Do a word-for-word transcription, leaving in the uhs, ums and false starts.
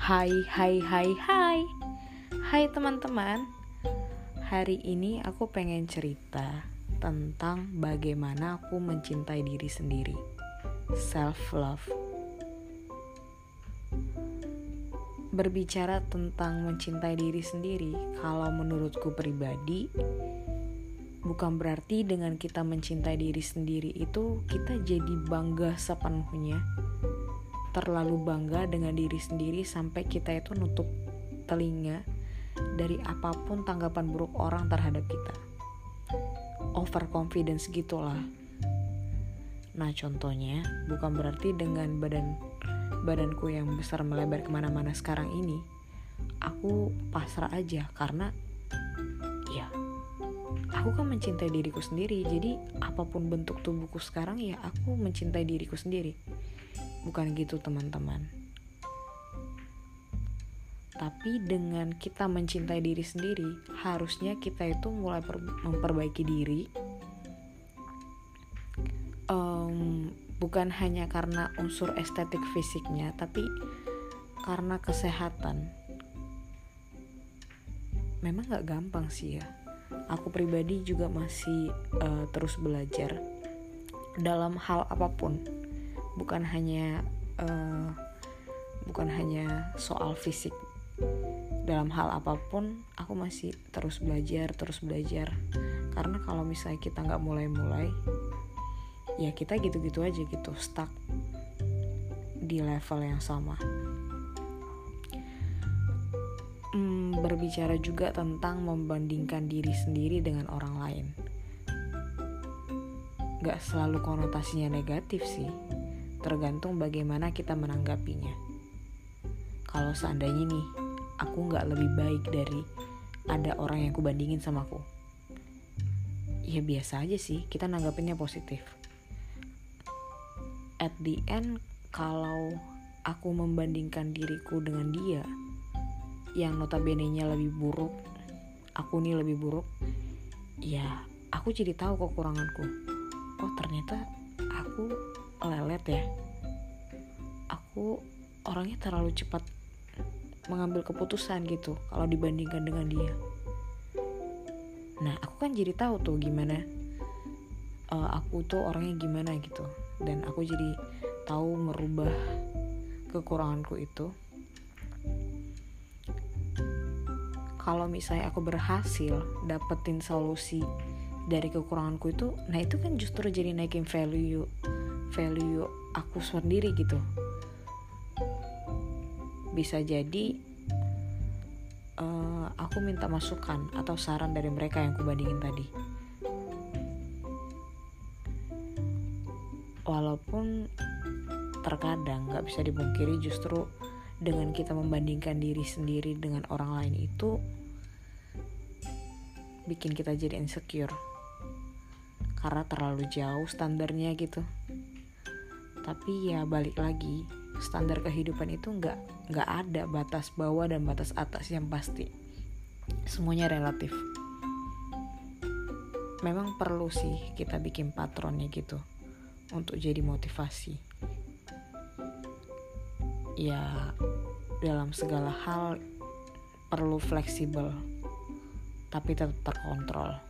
Hai, hai, hai, hai Hai teman-teman. Hari ini aku pengen cerita tentang bagaimana aku mencintai diri sendiri. Self-love. Berbicara tentang mencintai diri sendiri, kalau menurutku pribadi, bukan berarti dengan kita mencintai diri sendiri itu kita jadi bangga sepenuhnya, terlalu bangga dengan diri sendiri sampai kita itu nutup telinga dari apapun tanggapan buruk orang terhadap kita. Overconfidence gitulah. Nah contohnya, bukan berarti dengan badan badanku yang besar melebar kemana-mana sekarang ini aku pasrah aja, karena ya aku kan mencintai diriku sendiri. Jadi apapun bentuk tubuhku sekarang, ya aku mencintai diriku sendiri. Bukan gitu teman-teman. Tapi dengan kita mencintai diri sendiri, harusnya kita itu mulai per- memperbaiki diri. um, Bukan hanya karena unsur estetik fisiknya, tapi karena kesehatan. Memang gak gampang sih ya. Aku pribadi juga masih uh, terus belajar dalam hal apapun. Bukan hanya uh, bukan hanya soal fisik. Dalam hal apapun aku masih terus belajar, terus belajar. Karena kalau misalnya kita gak mulai-mulai, ya kita gitu-gitu aja gitu, stuck di level yang sama. Hmm, berbicara juga tentang membandingkan diri sendiri dengan orang lain. Gak selalu konotasinya negatif sih, tergantung bagaimana kita menanggapinya. Kalau seandainya nih, aku gak lebih baik dari ada orang yang kubandingin sama aku, ya biasa aja sih, kita nanggapinnya positif. At the end, kalau aku membandingkan diriku dengan dia yang notabene-nya lebih buruk, aku nih lebih buruk, ya aku jadi tahu kekuranganku. Oh ternyata aku lelet ya, aku orangnya terlalu cepat mengambil keputusan gitu kalau dibandingkan dengan dia. Nah aku kan jadi tahu tuh gimana uh, aku tuh orangnya gimana gitu, dan aku jadi tahu merubah kekuranganku itu. Kalau misalnya aku berhasil dapetin solusi dari kekuranganku itu, nah itu kan justru jadi naikin value value aku sendiri gitu. Bisa jadi uh, aku minta masukan atau saran dari mereka yang kubandingin tadi. Walaupun terkadang gak bisa dipungkiri, justru dengan kita membandingkan diri sendiri dengan orang lain itu bikin kita jadi insecure, karena terlalu jauh standarnya gitu. Tapi ya balik lagi, standar kehidupan itu gak, gak ada batas bawah dan batas atas yang pasti. Semuanya relatif. Memang perlu sih kita bikin patronnya gitu untuk jadi motivasi. Ya dalam segala hal perlu fleksibel, tapi tetap terkontrol.